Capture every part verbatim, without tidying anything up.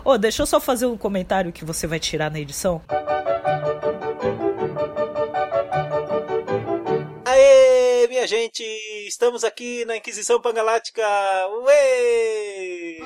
Ô, deixa eu só fazer um comentário que você vai tirar na edição. Aê, minha gente! Estamos aqui na Inquisição Pangalática! Uê!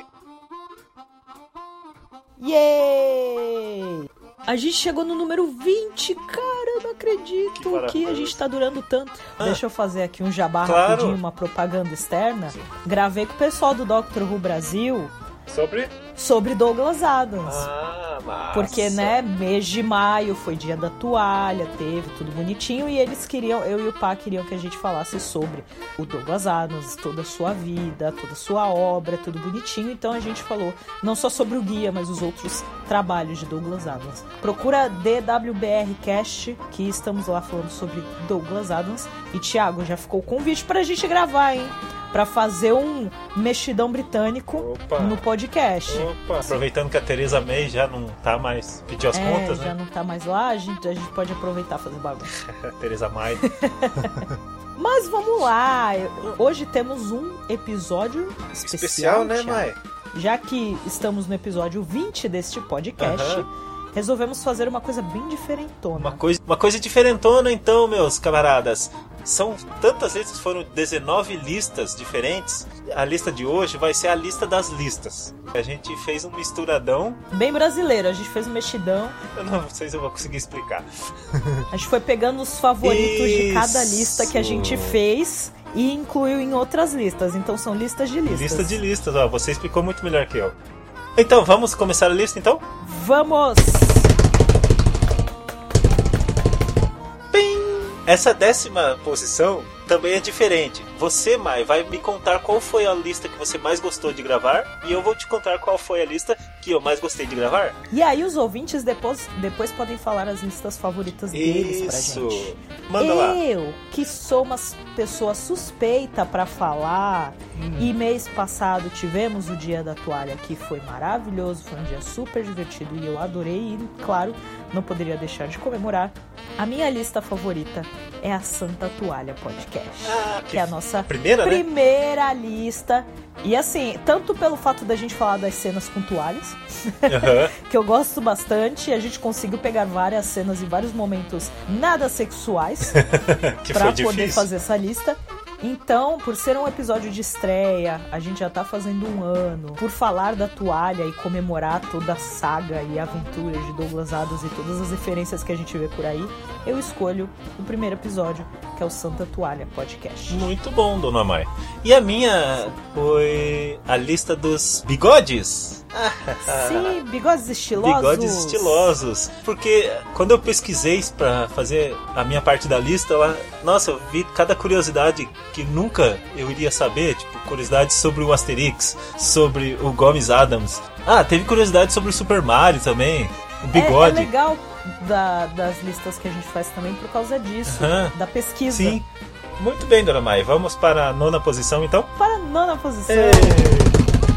Yay! A gente chegou no número vinte, cara, eu não acredito que, que a gente tá durando tanto. Ah, Deixa eu fazer aqui um jabá claro. rapidinho, uma propaganda externa. Sim. Gravei com o pessoal do Doctor Who Brasil. Sobre? Sobre Douglas Adams. Ah, massa. Porque, né, mês de maio foi dia da toalha, teve tudo bonitinho. E eles queriam, eu e o Pá queriam que a gente falasse sobre o Douglas Adams, toda a sua vida, toda a sua obra, tudo bonitinho. Então a gente falou não só sobre o guia, mas os outros trabalhos de Douglas Adams. Procura D W B R Cast, que estamos lá falando sobre Douglas Adams. E, Thiago, já ficou o convite pra gente gravar, hein? Pra fazer um mexidão britânico Opa. no podcast. Opa. Aproveitando que a Theresa May já não tá mais... Pediu as é, contas, já né? não tá mais lá, a gente, a gente pode aproveitar e fazer bagunça. Theresa May. Mas vamos lá. Hoje temos um episódio especial, especial né, Mai? Já que estamos no episódio vinte deste podcast... Uh-huh. Resolvemos fazer uma coisa bem diferentona. Uma coisa, uma coisa diferentona, então, meus camaradas. São tantas listas, foram dezenove listas diferentes. A lista de hoje vai ser a lista das listas. A gente fez um misturadão. Bem brasileiro, a gente fez um mexidão. Eu não sei se eu vou conseguir explicar. A gente foi pegando os favoritos Isso. de cada lista que a gente fez e incluiu em outras listas. Então são listas de listas. Lista de listas, ó. Você explicou muito melhor que eu. Então, vamos começar a lista, então? Vamos! Pim! Essa décima posição também é diferente. Você, Mai, vai me contar qual foi a lista que você mais gostou de gravar e eu vou te contar qual foi a lista que eu mais gostei de gravar. E aí os ouvintes depois, depois podem falar as listas favoritas deles Isso. pra gente. Manda eu, lá. Eu, que sou uma pessoa suspeita pra falar, hum. e mês passado tivemos o Dia da Toalha, que foi maravilhoso, foi um dia super divertido e eu adorei e, claro, não poderia deixar de comemorar. A minha lista favorita é a Santa Toalha Podcast, ah, que é a nossa primeira, primeira né? lista. E assim, tanto pelo fato da gente falar das cenas com toalhas, uhum. que eu gosto bastante, a gente conseguiu pegar várias cenas e vários momentos nada sexuais pra poder difícil. fazer essa lista. Então, por ser um episódio de estreia, a gente já tá fazendo um ano. Por falar da toalha e comemorar toda a saga e aventura de Douglas Adams e todas as referências que a gente vê por aí, eu escolho o primeiro episódio, que é o Santa Toalha Podcast. Muito bom, Dona Mai. E a minha foi a lista dos bigodes. Sim, bigodes estilosos. Bigodes estilosos. Porque quando eu pesquisei pra fazer a minha parte da lista lá, nossa, eu vi cada curiosidade que nunca eu iria saber. Tipo, curiosidades sobre o Asterix, sobre o Gomes Adams. Ah, teve curiosidade sobre o Super Mario também. O bigode. É, é legal da, das listas que a gente faz também por causa disso, uhum. da pesquisa. Sim. Muito bem, Dona Mai. Vamos para a nona posição, então? Para a nona posição. Ei.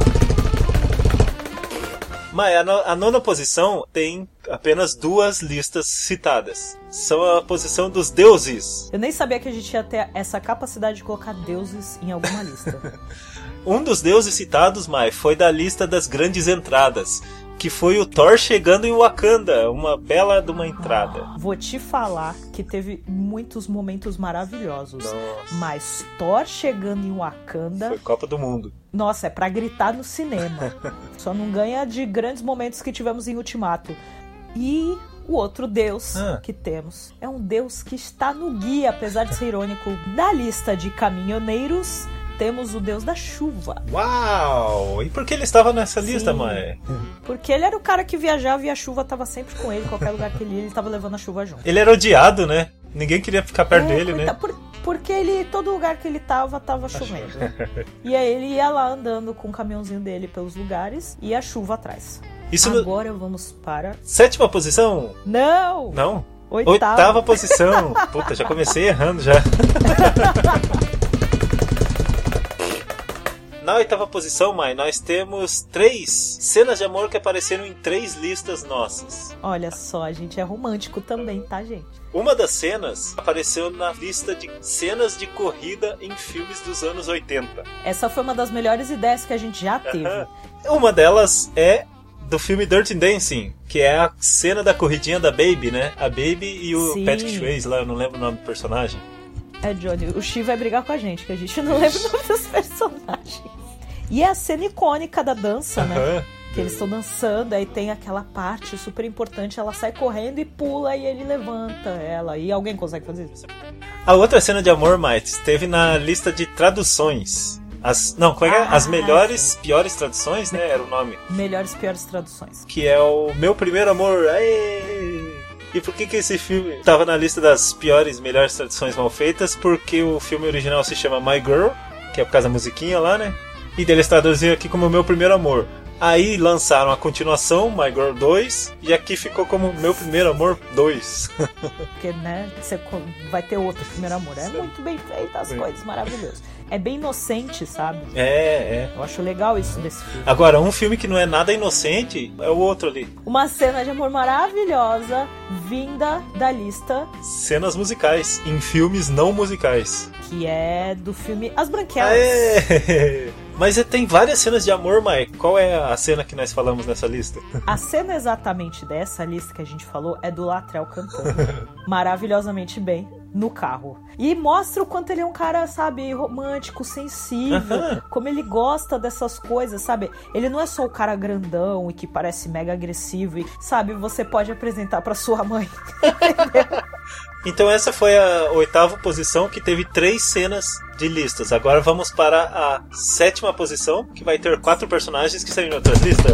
Mai, a, no, a nona posição tem apenas duas listas citadas. São a posição dos deuses. Eu nem sabia que a gente ia ter essa capacidade de colocar deuses em alguma lista. Um dos deuses citados, Mai, foi da lista das grandes entradas, que foi o Thor chegando em Wakanda, uma bela de uma entrada. Ah, vou te falar que teve muitos momentos maravilhosos. Nossa. Mas Thor chegando em Wakanda... Foi Copa do Mundo. Nossa, é pra gritar no cinema. Só não ganha de grandes momentos que tivemos em Ultimato. E o outro deus ah. que temos é um deus que está no guia, apesar de ser irônico, da lista de caminhoneiros... Temos o deus da chuva. Uau! E por que ele estava nessa Sim, lista, mãe? Porque ele era o cara que viajava e a chuva estava sempre com ele. Qualquer lugar que ele ia, ele estava levando a chuva junto. Ele era odiado, né? Ninguém queria ficar perto é, dele, né? Por, porque ele, todo lugar que ele tava, tava chovendo. E aí ele ia lá andando com o caminhãozinho dele pelos lugares e a chuva atrás. Isso Agora no... vamos para... Sétima posição? Não! Não? Oitava. Oitava posição. Puta, já comecei errando já. Na oitava posição, Mai, nós temos três cenas de amor que apareceram em três listas nossas. Olha só, a gente é romântico também, tá, gente? Uma das cenas apareceu na lista de cenas de corrida em filmes dos anos oitenta. Essa foi uma das melhores ideias que a gente já teve. Uma delas é do filme Dirty Dancing, que é a cena da corridinha da Baby, né? A Baby e o Sim. Patrick Swayze lá, eu não lembro o nome do personagem. É, Johnny, o Chi vai brigar com a gente, que a gente não lembra o nome dos personagens. E é a cena icônica da dança, né? Aham. Que eles estão dançando, aí tem aquela parte super importante, ela sai correndo e pula e ele levanta ela. E alguém consegue fazer isso? A outra cena de amor, Mike, esteve na lista de traduções. As, não, como é que é? Ah, As melhores, piores traduções, né? Era o nome. Melhores e piores traduções. Que é o Meu Primeiro Amor. Aê! E por que que esse filme estava na lista das piores, melhores traduções mal feitas? Porque o filme original se chama My Girl, que é por causa da musiquinha lá, né? E eles traduziram aqui como Meu Primeiro Amor. Aí lançaram a continuação, My Girl dois, e aqui ficou como Meu Primeiro Amor dois. Porque, né, você vai ter outro primeiro amor. É muito bem feito, as coisas, maravilhoso. É bem inocente, sabe? É, é. Eu acho legal isso desse filme. Agora, um filme que não é nada inocente é o outro ali. Uma cena de amor maravilhosa, vinda da lista, Cenas musicais, em filmes não musicais. que é do filme As Branquelas. Aê! Mas tem várias cenas de amor, Mike. Qual é a cena que nós falamos nessa lista? A cena exatamente dessa lista que a gente falou é do Latrell cantando maravilhosamente bem no carro. E mostra o quanto ele é um cara, sabe, romântico, sensível, Aham. como ele gosta dessas coisas, sabe? Ele não é só o cara grandão e que parece mega agressivo e, sabe, você pode apresentar pra sua mãe. Então essa foi a oitava posição, que teve três cenas de listas. Agora vamos para a sétima posição, que vai ter quatro personagens que saíram em outras listas.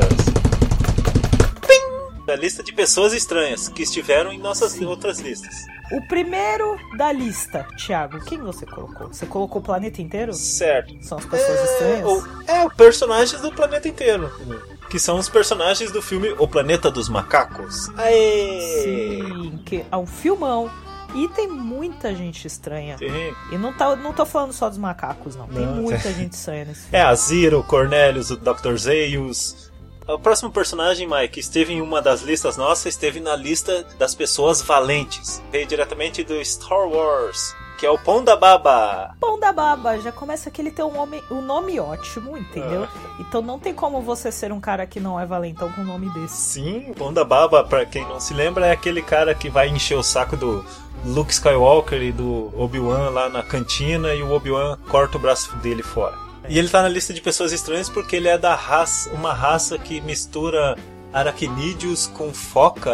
Pim! Da lista de pessoas estranhas que estiveram em nossas Sim. outras listas. O primeiro da lista, Thiago, quem você colocou? Você colocou o planeta inteiro? Certo. São as pessoas é, estranhas? O, é, personagens do planeta inteiro. Que são os personagens do filme O Planeta dos Macacos. Aê! Sim, que é um filmão. E tem muita gente estranha. Sim. E não, tá, não tô falando só dos macacos, não. Tem Não, muita tem- gente estranha nesse filme. É a Zero, o Cornelius, o doutor Zaius. O próximo personagem, Mike, esteve em uma das listas nossas, esteve na lista das pessoas valentes. Veio diretamente do Star Wars, que é o Ponda Baba. Pão da Baba, já começa que ele tem um, homem, um nome ótimo, entendeu? Ah. Então não tem como você ser um cara que não é valentão com um nome desse. Sim, o Ponda Baba, pra quem não se lembra, é aquele cara que vai encher o saco do Luke Skywalker e do Obi-Wan lá na cantina e o Obi-Wan corta o braço dele fora. E ele tá na lista de pessoas estranhas porque ele é da raça, uma raça que mistura aracnídeos com foca.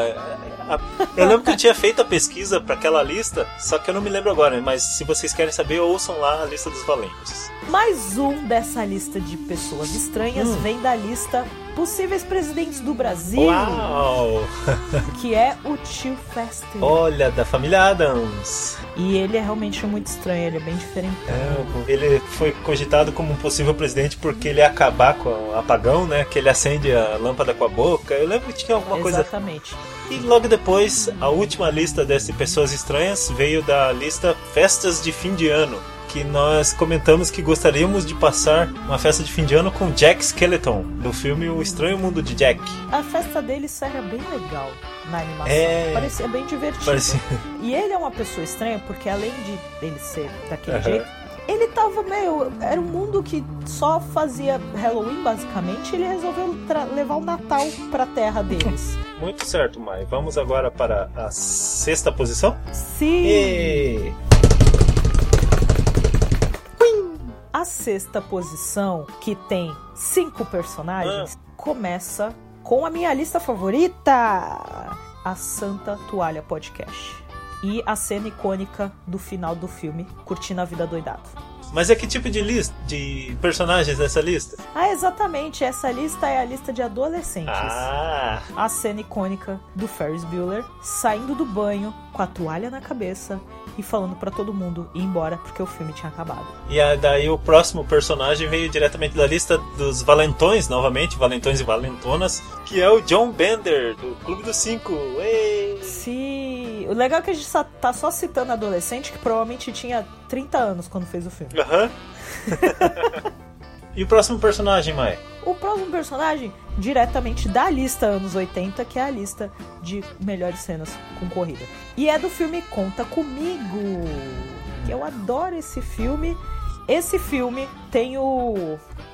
Eu lembro que eu tinha feito a pesquisa para aquela lista, só que eu não me lembro agora, mas se vocês querem saber, ouçam lá a lista dos valentes. Mais um dessa lista de pessoas estranhas Hum. vem da lista Possíveis Presidentes do Brasil, Uau! que é o Tio Fester. Olha, da família Adams. E ele é realmente muito estranho, ele é bem diferente. É, ele foi cogitado como um possível presidente porque ele ia acabar com o apagão, né? Que ele acende a lâmpada com a boca. Eu lembro que tinha alguma coisa. Exatamente. E logo depois, a última lista dessas pessoas estranhas veio da lista Festas de Fim de Ano, que nós comentamos que gostaríamos de passar uma festa de fim de ano com Jack Skellington, do filme O Estranho Mundo de Jack. A festa dele era bem legal na animação. É. Parecia bem divertido. Parecia- E ele é uma pessoa estranha porque além de ele ser daquele Aham. jeito, ele tava meio... Era um mundo que só fazia Halloween, basicamente, e ele resolveu tra- levar o Natal pra terra deles. Muito certo, Mai. Vamos agora para a sexta posição. Sim! E... A sexta posição, que tem cinco personagens, começa com a minha lista favorita, a Santa Toalha Podcast. E a cena icônica do final do filme, Curtindo a Vida Doidado. Mas é que tipo de lista, de personagens dessa lista? Ah, exatamente, essa lista é a lista de adolescentes. Ah, A cena icônica do Ferris Bueller saindo do banho com a toalha na cabeça e falando pra todo mundo ir embora porque o filme tinha acabado. e a- daí o próximo personagem veio diretamente da lista dos valentões, novamente, valentões e valentonas, que é o John Bender, do Clube dos Cinco. Ei! Sim, o legal é que a gente só- tá só citando adolescente que provavelmente tinha trinta anos quando fez o filme. Aham. E o próximo personagem, Mai? O próximo personagem, diretamente da lista anos oitenta, que é a lista de melhores cenas com corrida. E é do filme Conta Comigo, que eu adoro esse filme. Esse filme tem o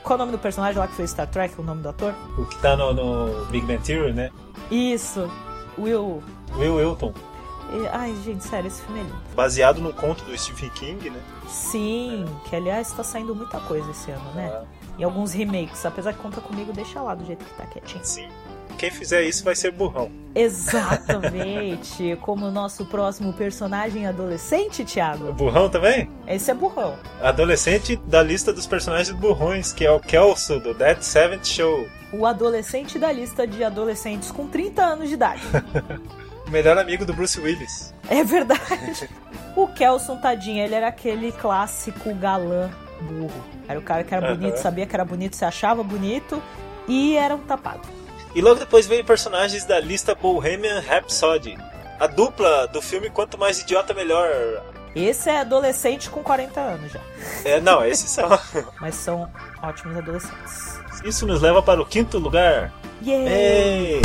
Qual é o nome do personagem lá que fez Star Trek, o nome do ator? O que tá no, no Big Bang Theory, né? Isso, Will... Will Wilton. E, ai, gente, sério, esse filme é lindo. Baseado no conto do Stephen King, né? Sim, é. Que aliás tá saindo muita coisa esse ano, né? Ah. E alguns remakes, apesar que Conta Comigo, deixa lá do jeito que tá quietinho. Sim. Quem fizer isso vai ser burrão. Exatamente. Como o nosso próximo personagem adolescente, Thiago. Burrão também? Esse é burrão. Adolescente da lista dos personagens burrões, que é o Kelso, do Dead Seventh Show. O adolescente da lista de adolescentes com trinta anos de idade. O melhor amigo do Bruce Willis. É verdade. O Kelson, tadinho, ele era aquele clássico galã burro. Era o cara que era bonito, uhum. sabia que era bonito, se achava bonito e era um tapado. E logo depois veio personagens da lista Bohemian Rhapsody. A dupla do filme Quanto Mais Idiota Melhor. Esse é adolescente com quarenta anos já. É, não, esses são. Mas são ótimos adolescentes. Isso nos leva para o quinto lugar. Yeah! Ei.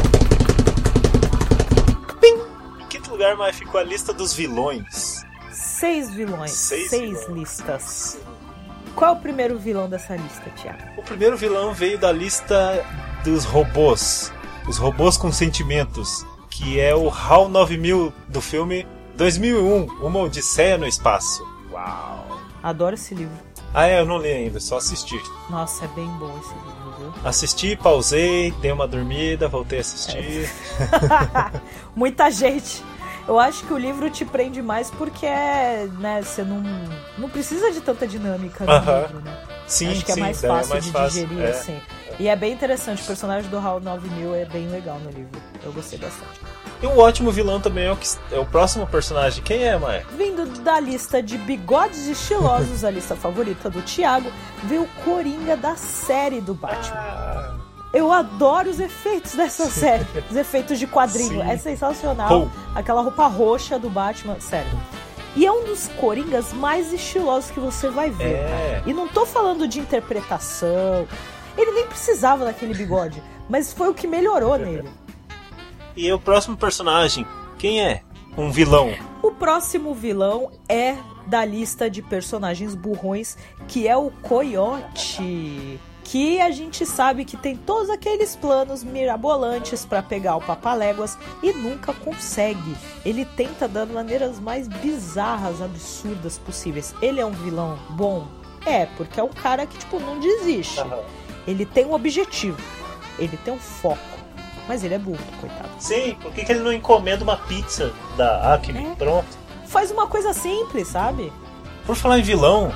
Pim! Em quinto lugar, mas ficou a lista dos vilões. Seis vilões, seis, seis vilões. Listas. Qual é o primeiro vilão dessa lista, Thiago? O primeiro vilão veio da lista dos robôs. Os robôs com sentimentos. Que é o HAL nove mil do filme dois mil e um, Uma Odisseia no Espaço. Uau! Adoro esse livro. Ah, é, eu não li ainda, só assisti. Nossa, é bem bom esse livro, viu? Assisti, pausei, dei uma dormida, voltei a assistir. É. Muita gente. Eu acho que o livro te prende mais porque é, né, você não, não precisa de tanta dinâmica no uh-huh. livro, né? Sim, acho que sim, é mais fácil é mais de fácil. digerir, É. assim. E é bem interessante, o personagem do HAL nove mil é bem legal no livro. Eu gostei bastante. E um ótimo vilão também é o, que, é o próximo personagem. Quem é, Maia? Vindo da lista de bigodes estilosos, a lista favorita do Thiago, veio o Coringa da série do Batman. Ah. Eu adoro os efeitos dessa série. Os efeitos de quadrinho. Sim. É sensacional. Oh. Aquela roupa roxa do Batman. Sério. E é um dos Coringas mais estilosos que você vai ver. É. E não tô falando de interpretação. Ele nem precisava daquele bigode. Mas foi o que melhorou nele. E o próximo personagem? Quem é? Um vilão. O próximo vilão é da lista de personagens burrões, que é o Coiote. Que a gente sabe que tem todos aqueles planos mirabolantes pra pegar o Papaléguas e nunca consegue. Ele tenta das maneiras mais bizarras, absurdas possíveis. Ele é um vilão bom? É, porque é um cara que, tipo, não desiste. Uhum. Ele tem um objetivo. Ele tem um foco. Mas ele é burro, coitado. Sim, por que, que ele não encomenda uma pizza da Acme? É. Pronto. Faz uma coisa simples, sabe? Por falar em vilão...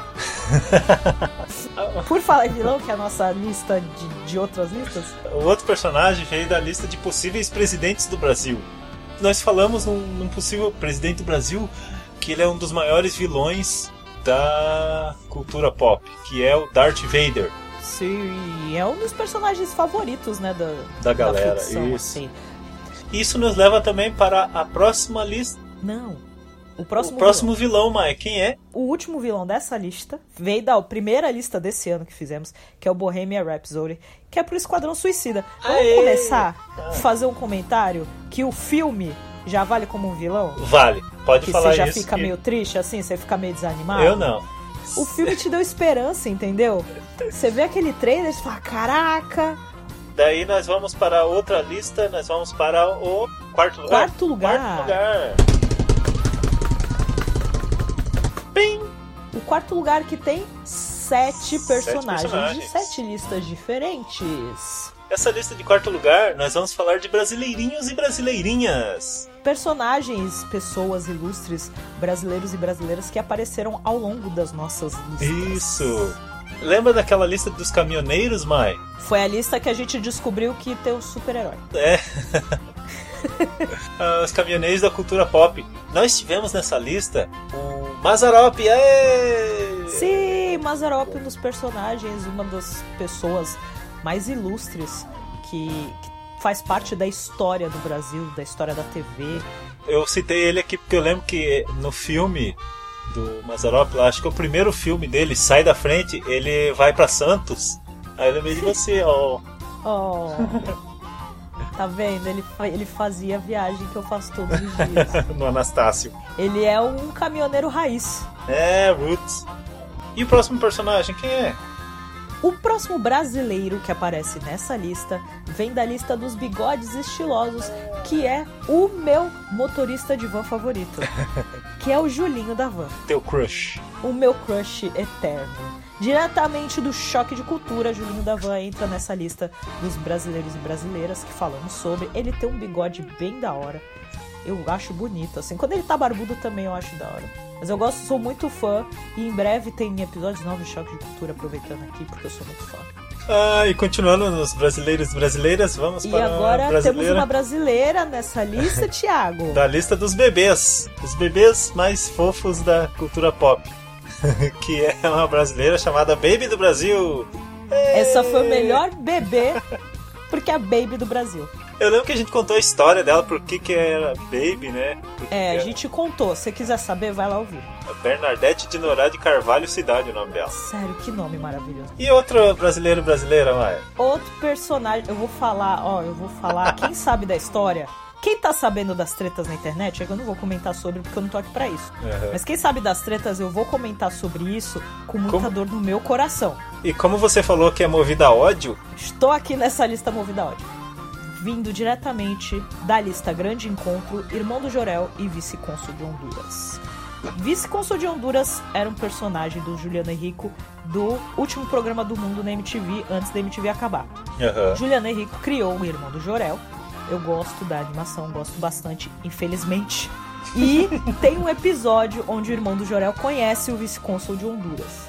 Por falar em vilão, que é a nossa lista de, de outras listas. O outro personagem veio da lista de possíveis presidentes do Brasil. Nós falamos num, num possível presidente do Brasil que ele é um dos maiores vilões da cultura pop, que é o Darth Vader. Sim, é um dos personagens favoritos, né, da, da galera. Da ficção, isso. Assim. Isso nos leva também para a próxima lista. Não. O próximo, o próximo vilão, vilão Maia, quem é? O último vilão dessa lista veio da primeira lista desse ano que fizemos, que é o Bohemian Rhapsody, que é pro Esquadrão Suicida. Vamos Aê! começar a fazer um comentário que o filme já vale como um vilão? Vale, pode que falar isso. Que você já fica que... meio triste assim, você fica meio desanimado? Eu não. O filme te deu esperança, entendeu? Você vê aquele trailer e fala, caraca... Daí nós vamos para outra lista, nós vamos para o quarto lugar. Quarto lugar. Quarto lugar. Bem. O quarto lugar que tem sete personagens, sete personagens de sete listas diferentes. Essa lista de quarto lugar, nós vamos falar de brasileirinhos e brasileirinhas. Personagens, pessoas ilustres, brasileiros e brasileiras que apareceram ao longo das nossas listas. Isso. Lembra daquela lista dos caminhoneiros, Mai? Foi a lista que a gente descobriu que tem um super-herói. É. Os caminhoneiros da cultura pop. Nós tivemos nessa lista o Mazzaropi. Aê! Sim, Mazzaropi, um dos personagens, uma das pessoas mais ilustres que, que faz parte da história do Brasil, da história da T V. Eu citei ele aqui porque eu lembro que no filme do Mazzaropi, acho que é o primeiro filme dele, Sai da Frente, ele vai pra Santos. Aí eu lembrei de você, ó. Oh. Tá vendo? Ele, ele fazia a viagem que eu faço todos os dias. No Anastácio. Ele é um caminhoneiro raiz. É, Roots. E o próximo personagem, quem é? O próximo brasileiro que aparece nessa lista vem da lista dos bigodes estilosos, que é o meu motorista de van favorito, que é o Julinho da Van. Teu crush. O meu crush eterno. Diretamente do Choque de Cultura, Julinho da Van entra nessa lista dos brasileiros e brasileiras que falamos sobre. Ele tem um bigode bem da hora. Eu acho bonito, assim. Quando ele tá barbudo também eu acho da hora. Mas eu gosto, sou muito fã. E em breve tem episódios novos de Choque de Cultura, aproveitando aqui, porque eu sou muito fã. Ah, e continuando nos brasileiros e brasileiras, vamos e para a brasileira. E agora temos uma brasileira nessa lista, Thiago. Da lista dos bebês. Os bebês mais fofos da cultura pop. Que é uma brasileira chamada Baby do Brasil. Essa foi o melhor bebê, porque é a Baby do Brasil. Eu lembro que a gente contou a história dela, por que que era Baby, né? Porque é, a gente contou. Se você quiser saber, vai lá ouvir. A Bernadette de Norá de Carvalho Cidade, o nome dela. Sério, que nome maravilhoso. E outro brasileiro brasileira, Maia? Outro personagem, eu vou falar, ó, eu vou falar, quem sabe da história... Quem tá sabendo das tretas na internet, é que eu não vou comentar sobre porque eu não tô aqui pra isso. Uhum. Mas quem sabe das tretas, eu vou comentar sobre isso com muita como... dor no meu coração. E como você falou que é movida a ódio... Estou aqui nessa lista movida a ódio. Vindo diretamente da lista Grande Encontro, Irmão do Jorel e Vice-Cônsul de Honduras. Vice-Cônsul de Honduras era um personagem do Juliano Henrico do último programa do mundo na M T V, antes da M T V acabar. Uhum. Juliano Henrico criou o Irmão do Jorel. Eu gosto da animação, gosto bastante, infelizmente. E tem um episódio onde o Irmão do Jorel conhece o Vice-Cônsul de Honduras.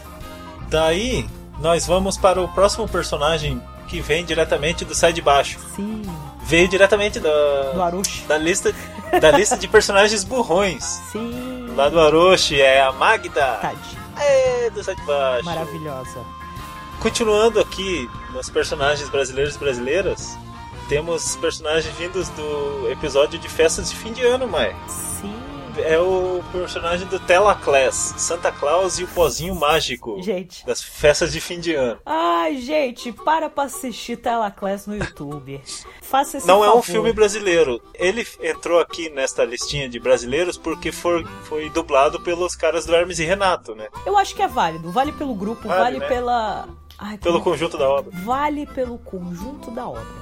Daí, nós vamos para o próximo personagem que vem diretamente do Sai de Baixo. Sim. Veio diretamente da, do Arushi. Da lista, da lista de personagens burrões. Sim. Lá do Arushi é a Magda. Tadinha. É, do Sai de Baixo. Maravilhosa. Continuando aqui nos personagens brasileiros e brasileiras... Temos personagens vindos do episódio de festas de fim de ano, Mai. Sim. É o personagem do Telaclass, Santa Claus e o pozinho mágico. Gente. Das festas de fim de ano. Ai, gente, para pra assistir Telaclass no YouTube. Faça esse Não favor. é um filme brasileiro. Ele entrou aqui nesta listinha de brasileiros porque foi, foi dublado pelos caras do Hermes e Renato, né? Eu acho que é válido. Vale pelo grupo, vale, vale né? pela... Ai, pelo pelo... conjunto da obra. Vale pelo conjunto da obra.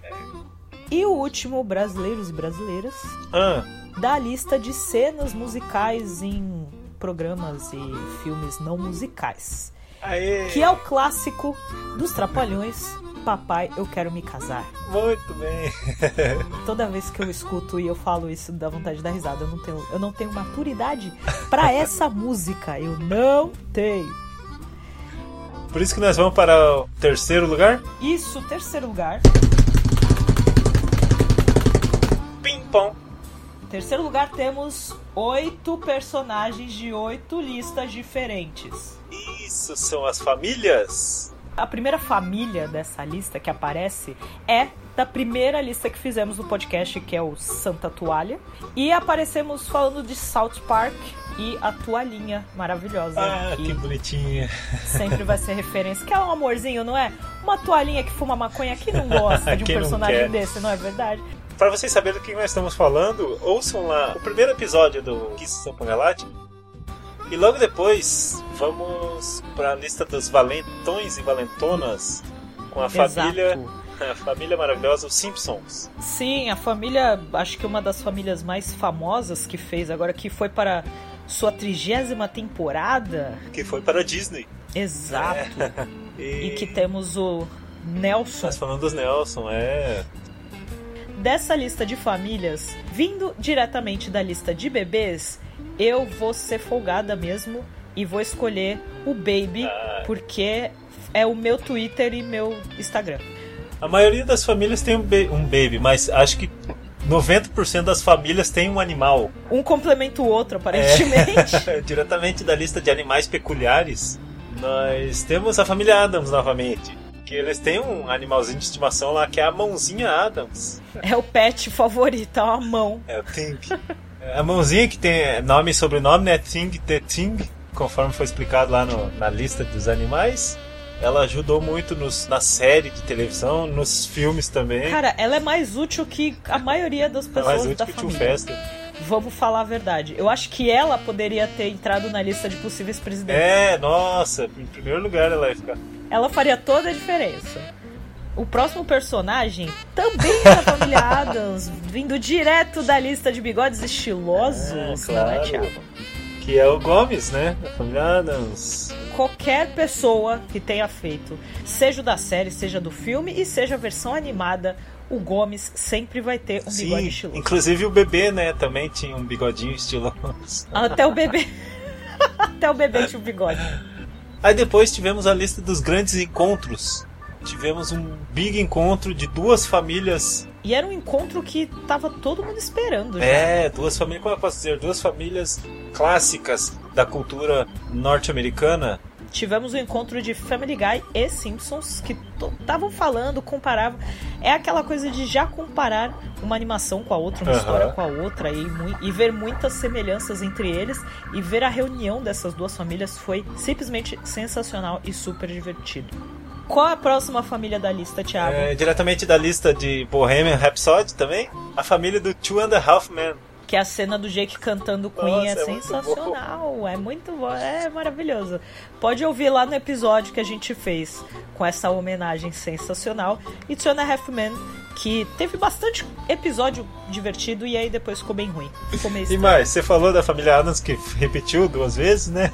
E o último, brasileiros e brasileiras, ah. da lista de cenas musicais em programas e filmes não musicais. Aê. Que é o clássico dos Trapalhões, Papai, Eu Quero Me Casar. Muito bem. Toda vez que eu escuto e eu falo isso, dá vontade de dar risada. Eu não tenho, eu não tenho maturidade pra essa música. Eu não tenho. Por isso que nós vamos para o terceiro lugar? Isso, terceiro lugar. Bom. Em terceiro lugar temos oito personagens de oito listas diferentes. Isso são as famílias. A primeira família dessa lista que aparece é da primeira lista que fizemos no podcast, que é o Santa Toalha. E aparecemos falando de South Park e a toalhinha maravilhosa. Ah, que, que bonitinha. Sempre vai ser referência. Que é um amorzinho, não é? Uma toalhinha que fuma maconha. Quem não gosta de um personagem desse, não é verdade? Para vocês saberem do que nós estamos falando, ouçam lá o primeiro episódio do Kiss Sampangalate. E logo depois vamos para a lista dos valentões e valentonas com a Exato. família, a família maravilhosa, os Simpsons. Sim, a família, acho que uma das famílias mais famosas que fez agora, que foi para sua trigésima temporada. Que foi para a Disney. Exato. É. E... e que temos o Nelson. Nós falando dos Nelson, é... Dessa lista de famílias, vindo diretamente da lista de bebês, eu vou ser folgada mesmo e vou escolher o Baby, ah. porque é o meu Twitter e meu Instagram. A maioria das famílias tem um, ba- um Baby, mas acho que noventa por cento das famílias tem um animal. Um complementa o outro, aparentemente. É. Diretamente da lista de animais peculiares, nós temos a família Addams novamente. Que eles têm um animalzinho de estimação lá que é a mãozinha Addams. É o pet favorito, é a mão. É o Ting. A mãozinha que tem nome e sobrenome, né? Ting the Ting, conforme foi explicado lá no, na lista dos animais. Ela ajudou muito nos, na série de televisão, nos filmes também. Cara, ela é mais útil que a maioria das pessoas é mais útil da que família. Tio Festa. Vamos falar a verdade. Eu acho que ela poderia ter entrado na lista de possíveis presidentes. É, nossa, em primeiro lugar ela ia ficar. ela faria toda a diferença. O próximo personagem também é da família Addams, vindo direto da lista de bigodes estilosos, é, claro. Não é, Thiago? Que é o Gomes, né? Da família Addams. Qualquer pessoa que tenha feito, seja da série, seja do filme e seja a versão animada, o Gomes sempre vai ter um Sim, bigode estiloso. Inclusive o bebê, né? Também tinha um bigodinho estiloso. Até o bebê. Até o bebê tinha um bigode. Aí depois tivemos a lista dos grandes encontros. Tivemos um big encontro de duas famílias. E era um encontro que tava todo mundo esperando já. É, duas famílias, como eu posso dizer? Duas famílias clássicas da cultura norte-americana. Tivemos o um encontro de Family Guy e Simpsons, que estavam falando, comparavam. É aquela coisa de já comparar uma animação com a outra, uma uh-huh. história com a outra, e, e ver muitas semelhanças entre eles. E ver a reunião dessas duas famílias foi simplesmente sensacional e super divertido. Qual a próxima família da lista, Thiago? É, diretamente da lista de Bohemian Rhapsody também, a família do Two and a Half Men. Que a cena do Jake cantando Queen Nossa, é, é sensacional, muito é muito bom, é maravilhoso. Pode ouvir lá no episódio que a gente fez com essa homenagem sensacional. E Two and a Half Men, que teve bastante episódio divertido e aí depois ficou bem ruim. Ficou meio e mais, você falou da família Addams que repetiu duas vezes, né?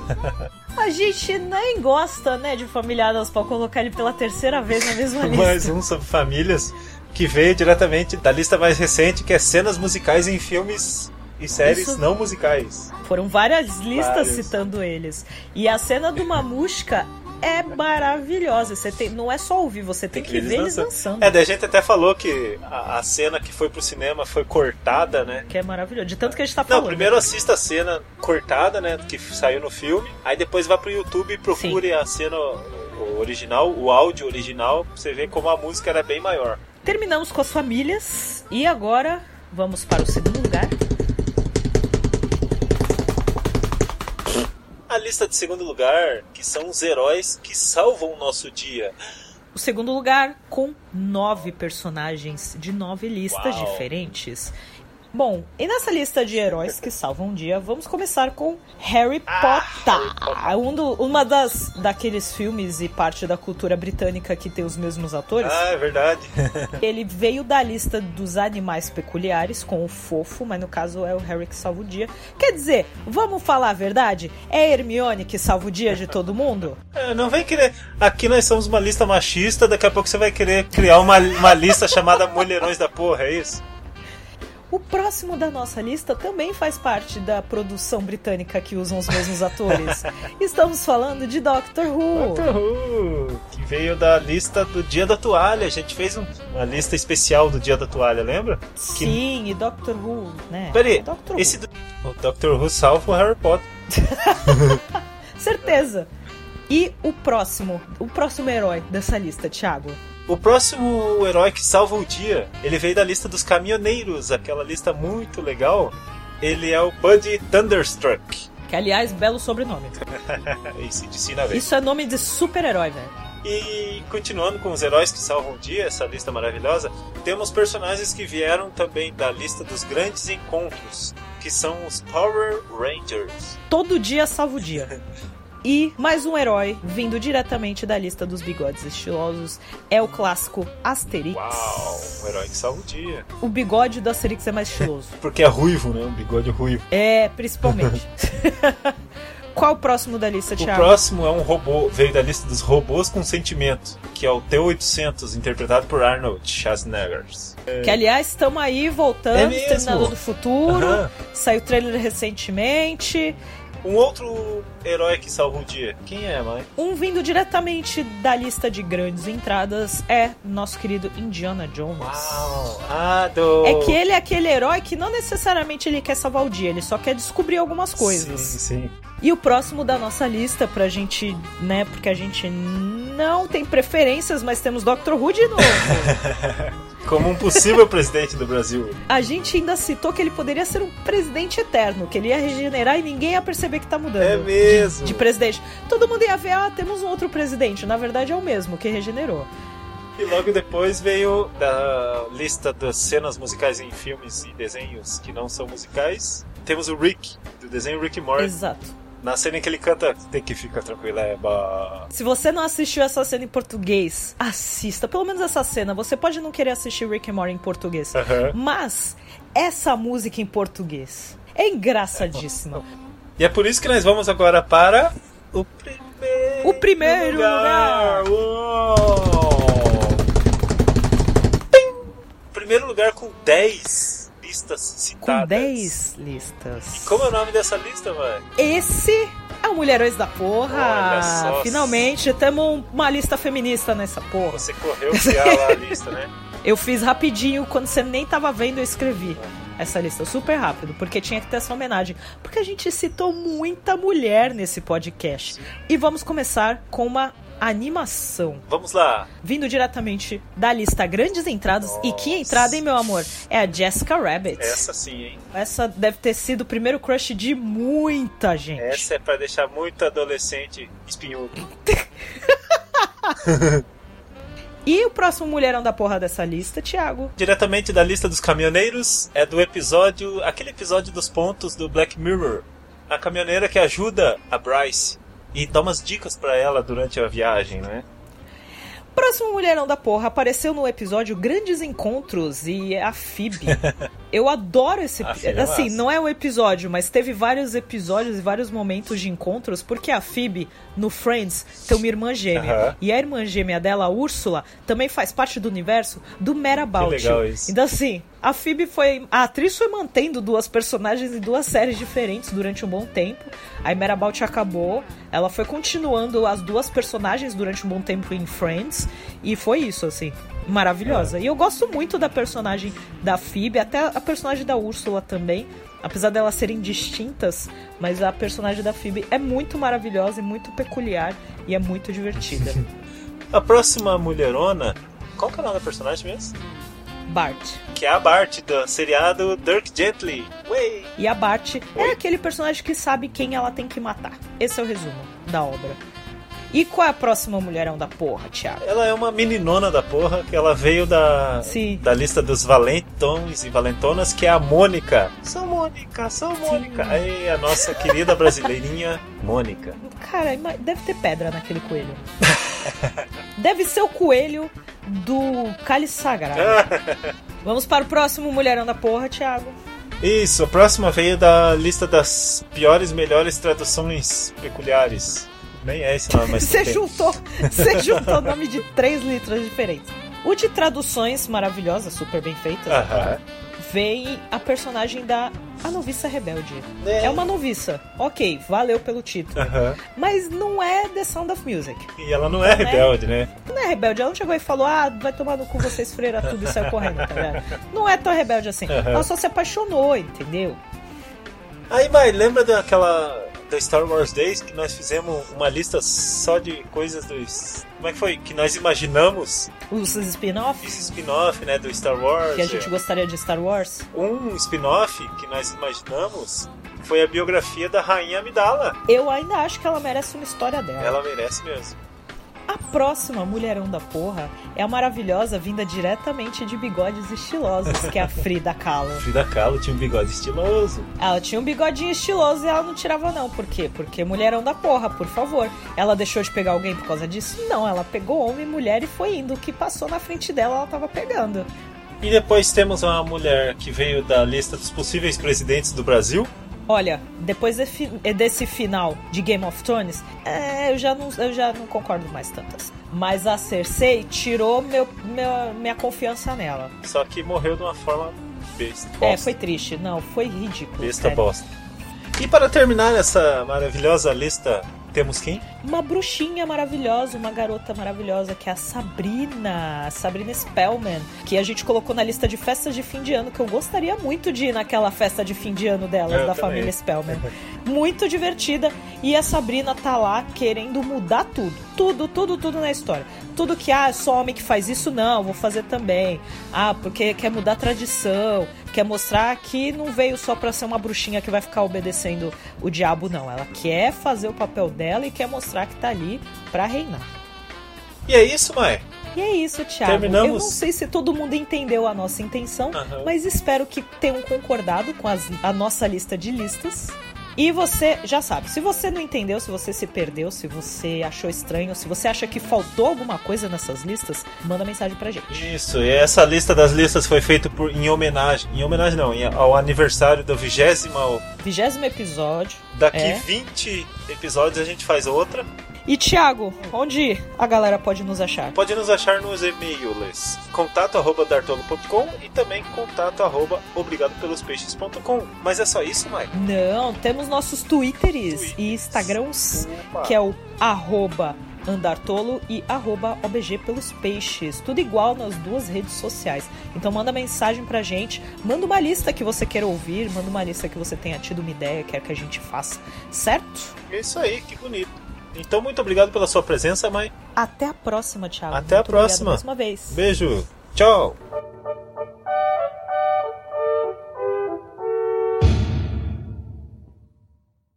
A gente nem gosta, né, de Família Addams pra colocar ele pela terceira vez na mesma lista. Mais um sobre famílias que veio diretamente da lista mais recente, que é cenas musicais em filmes e séries Isso... não musicais. Foram várias listas Vários. citando eles. E a cena do Mamushka é maravilhosa. Você tem, não é só ouvir, você tem, tem que, que ver eles dançando. dançando. É, daí a gente até falou que a, a cena que foi pro cinema foi cortada, né? Que é maravilhoso, de tanto que a gente tá falando. Não, primeiro assista a cena cortada, né, que saiu no filme, aí depois vá pro YouTube e procure Sim. a cena original, o áudio original, pra você ver como a música era bem maior. Terminamos com as famílias e agora vamos para o segundo lugar. A lista de segundo lugar, que são os heróis que salvam o nosso dia. O segundo lugar com nove personagens de nove listas Uau. diferentes. Bom, e nessa lista de heróis que salvam um dia, vamos começar com Harry ah, Potter. Harry Potter. Um do, uma das daqueles filmes e parte da cultura britânica que tem os mesmos atores. Ah, é verdade. Ele veio da lista dos animais peculiares, com o fofo, mas no caso é o Harry que salva o dia. Quer dizer, vamos falar a verdade? É a Hermione que salva o dia de todo mundo? É, não vem querer... Aqui nós somos uma lista machista, daqui a pouco você vai querer criar uma, uma lista chamada Mulherões da Porra, é isso? O próximo da nossa lista também faz parte da produção britânica que usam os mesmos atores. Estamos falando de Doctor Who. Doctor Who, que veio da lista do Dia da Toalha. A gente fez um, uma lista especial do Dia da Toalha, lembra? Sim, que... e Doctor Who, né? Peraí, Doctor esse do... o Doctor Who salva o Harry Potter. Certeza. E o próximo, o próximo herói dessa lista, Thiago? O próximo herói que salva o dia, ele veio da lista dos caminhoneiros, aquela lista muito legal. Ele é o Buddy Thunderstruck. Que, aliás, belo sobrenome. Isso, de si na vez. Isso é nome de super-herói, velho. E continuando com os heróis que salvam o dia, essa lista maravilhosa, temos personagens que vieram também da lista dos grandes encontros, que são os Power Rangers. Todo dia salva o dia. E mais um herói, vindo diretamente da lista dos bigodes estilosos, é o clássico Asterix. Uau, um herói que salva o dia. O bigode do Asterix é mais estiloso. Porque é ruivo, né? Um bigode ruivo. É, principalmente. Qual o próximo da lista, Thiago? O próximo é um robô, veio da lista dos robôs com sentimento, que é o T oitocentos, interpretado por Arnold Schwarzenegger. É... Que, aliás, estamos aí voltando, é mesmo? Exterminador do Futuro, uhum. Saiu trailer recentemente... Um outro herói que salva o dia. Quem é, mãe? Um vindo diretamente da lista de grandes entradas é nosso querido Indiana Jones. Uau! Ah, do... É que ele é aquele herói que não necessariamente ele quer salvar o dia, ele só quer descobrir algumas coisas. Sim, sim. E o próximo da nossa lista, pra gente, né, porque a gente não tem preferências, mas temos Doctor Who de novo. Como um possível presidente do Brasil. A gente ainda citou que ele poderia ser um presidente eterno, que ele ia regenerar e ninguém ia perceber que tá mudando. É mesmo. De, de presidente. Todo mundo ia ver, ah, temos um outro presidente. Na verdade é o mesmo, que regenerou. E logo depois veio da lista das cenas musicais em filmes e desenhos que não são musicais. Temos o Rick, do desenho Rick and Morty. Exato. Na cena em que ele canta, tem que ficar tranquilo, é bah. Se você não assistiu essa cena em português, assista. Pelo menos essa cena. Você pode não querer assistir Rick and Morty em português. Uhum. Mas essa música em português é engraçadíssima. E é por isso que nós vamos agora para o primeiro, o primeiro lugar. lugar. Primeiro lugar com dez listas citadas. Com dez listas. E como é o nome dessa lista, vai? Esse é o Mulherões da Porra. Olha só. Finalmente temos uma lista feminista nessa porra. Você correu criar lá a lista, né? Eu fiz rapidinho, quando você nem tava vendo, eu escrevi essa lista super rápido, porque tinha que ter essa homenagem. Porque a gente citou muita mulher nesse podcast. E vamos começar com uma animação. Vamos lá. Vindo diretamente da lista Grandes Entradas. Nossa. E que entrada, hein, meu amor? É a Jessica Rabbit. Essa sim, hein? Essa deve ter sido o primeiro crush de muita gente. Essa é pra deixar muito adolescente espinhudo. E o próximo mulherão da porra dessa lista, Thiago? Diretamente da lista dos caminhoneiros, é do episódio... Aquele episódio dos pontos do Black Mirror. A caminhoneira que ajuda a Bryce e dá umas dicas pra ela durante a viagem, né? Próximo mulherão da porra apareceu no episódio Grandes Encontros e é a Phoebe. Eu adoro esse episódio. Assim, não é o episódio, mas teve vários episódios e vários momentos de encontros, porque a Phoebe, no Friends, tem uma irmã gêmea. Uh-huh. E a irmã gêmea dela, a Úrsula, também faz parte do universo do Mad About You. Então, assim, a Phoebe foi... A atriz foi mantendo duas personagens em duas séries diferentes durante um bom tempo. Aí Mad About You acabou. Ela foi continuando as duas personagens durante um bom tempo em Friends. E foi isso, assim. Maravilhosa. É. E eu gosto muito da personagem da Phoebe, até a personagem da Úrsula também. Apesar delas serem distintas, mas a personagem da Phoebe é muito maravilhosa e muito peculiar. E é muito divertida. A próxima mulherona... Qual que é o nome da personagem mesmo? Bart. Que é a Bart do seriado Dirk Gently. Ué. E a Bart é aquele personagem que sabe quem ela tem que matar. Esse é o resumo da obra. E qual é a próxima mulherão da porra, Thiago? Ela é uma meninona da porra, que ela veio da, da lista dos valentões e valentonas, que é a Mônica. Sou Mônica, sou Mônica. Sim. Aí a nossa querida brasileirinha, Mônica. Cara, deve ter pedra naquele coelho. Deve ser o coelho do Cálice Sagrado. Vamos para o próximo mulherão da porra, Thiago. Isso, a próxima veio da lista das piores e melhores traduções peculiares. Nem é esse nome, mas você juntou, você juntou o nome de três letras diferentes. O de traduções maravilhosas, super bem feitas, uh-huh. Vem a personagem da A Noviça Rebelde. É. é uma noviça. Ok, valeu pelo título. Uh-huh. Mas não é The Sound of Music. E ela não é não rebelde, é, né? Não é rebelde. Ela não chegou e falou, ah, vai tomar no cu vocês freira tudo e saiu correndo, tá ligado? Não é tão rebelde assim. Uh-huh. Ela só se apaixonou, entendeu? Aí, mas lembra daquela... do Star Wars Days, que nós fizemos uma lista só de coisas dos... Como é que foi? Que nós imaginamos... Os spin-offs? Os spin-off, né, do Star Wars. Que a gente é. gostaria de Star Wars. Um spin-off que nós imaginamos foi a biografia da Rainha Amidala. Eu ainda acho que ela merece uma história dela. Ela merece mesmo. A próxima mulherão da porra é a maravilhosa vinda diretamente de bigodes estilosos, que é a Frida Kahlo. Frida Kahlo tinha um bigode estiloso. Ela tinha um bigodinho estiloso e ela não tirava não. Por quê? Porque mulherão da porra, por favor. Ela deixou de pegar alguém por causa disso? Não, ela pegou homem e mulher e foi indo. O que passou na frente dela, ela tava pegando. E depois temos uma mulher que veio da lista dos possíveis presidentes do Brasil. Olha, depois desse, desse final de Game of Thrones, é, eu, já não, eu já não concordo mais tantas. Mas a Cersei tirou meu, meu, minha confiança nela. Só que morreu de uma forma besta. Bosta. É, foi triste. Não, foi ridículo. Besta sério. bosta. E para terminar essa maravilhosa lista, temos quem? Uma bruxinha maravilhosa, uma garota maravilhosa, que é a Sabrina, a Sabrina Spellman, que a gente colocou na lista de festas de fim de ano, que eu gostaria muito de ir naquela festa de fim de ano delas, eu da também. Família Spellman. Muito divertida, e a Sabrina tá lá querendo mudar tudo. Tudo, tudo, tudo na história. Tudo que, ah, é só homem que faz isso, não, vou fazer também. Ah, porque quer mudar a tradição, quer mostrar que não veio só pra ser uma bruxinha que vai ficar obedecendo o diabo, não. Ela quer fazer o papel dela e quer mostrar que tá ali pra reinar. E é isso, Mai? E é isso, Thiago. Terminamos. Eu não sei se todo mundo entendeu a nossa intenção, uhum. mas espero que tenham concordado com as, a nossa lista de listas. E você já sabe, se você não entendeu, se você se perdeu, se você achou estranho, se você acha que faltou alguma coisa nessas listas, manda mensagem pra gente. Isso, e essa lista das listas foi feita por, em homenagem, em homenagem não, em, ao aniversário do vigésimo... Vigésimo episódio. Daqui é. vinte episódios a gente faz outra. E Thiago, onde a galera pode nos achar? Pode nos achar nos e-mails contato arroba dartolo ponto com e também contato arroba obrigado pelos peixes ponto com. Mas é só isso, Mike? Não, temos nossos twitters, twitters. e instagrams, Opa. que é o arroba Andartolo e arroba obg pelos peixes. Tudo igual nas duas redes sociais. Então manda mensagem pra gente, manda uma lista que você queira ouvir, manda uma lista que você tenha tido uma ideia, quer que a gente faça, certo? É isso aí, que bonito. Então, muito obrigado pela sua presença, Mai. Até a próxima, Thiago. Até muito a próxima. Mais uma vez. Beijo. Tchau.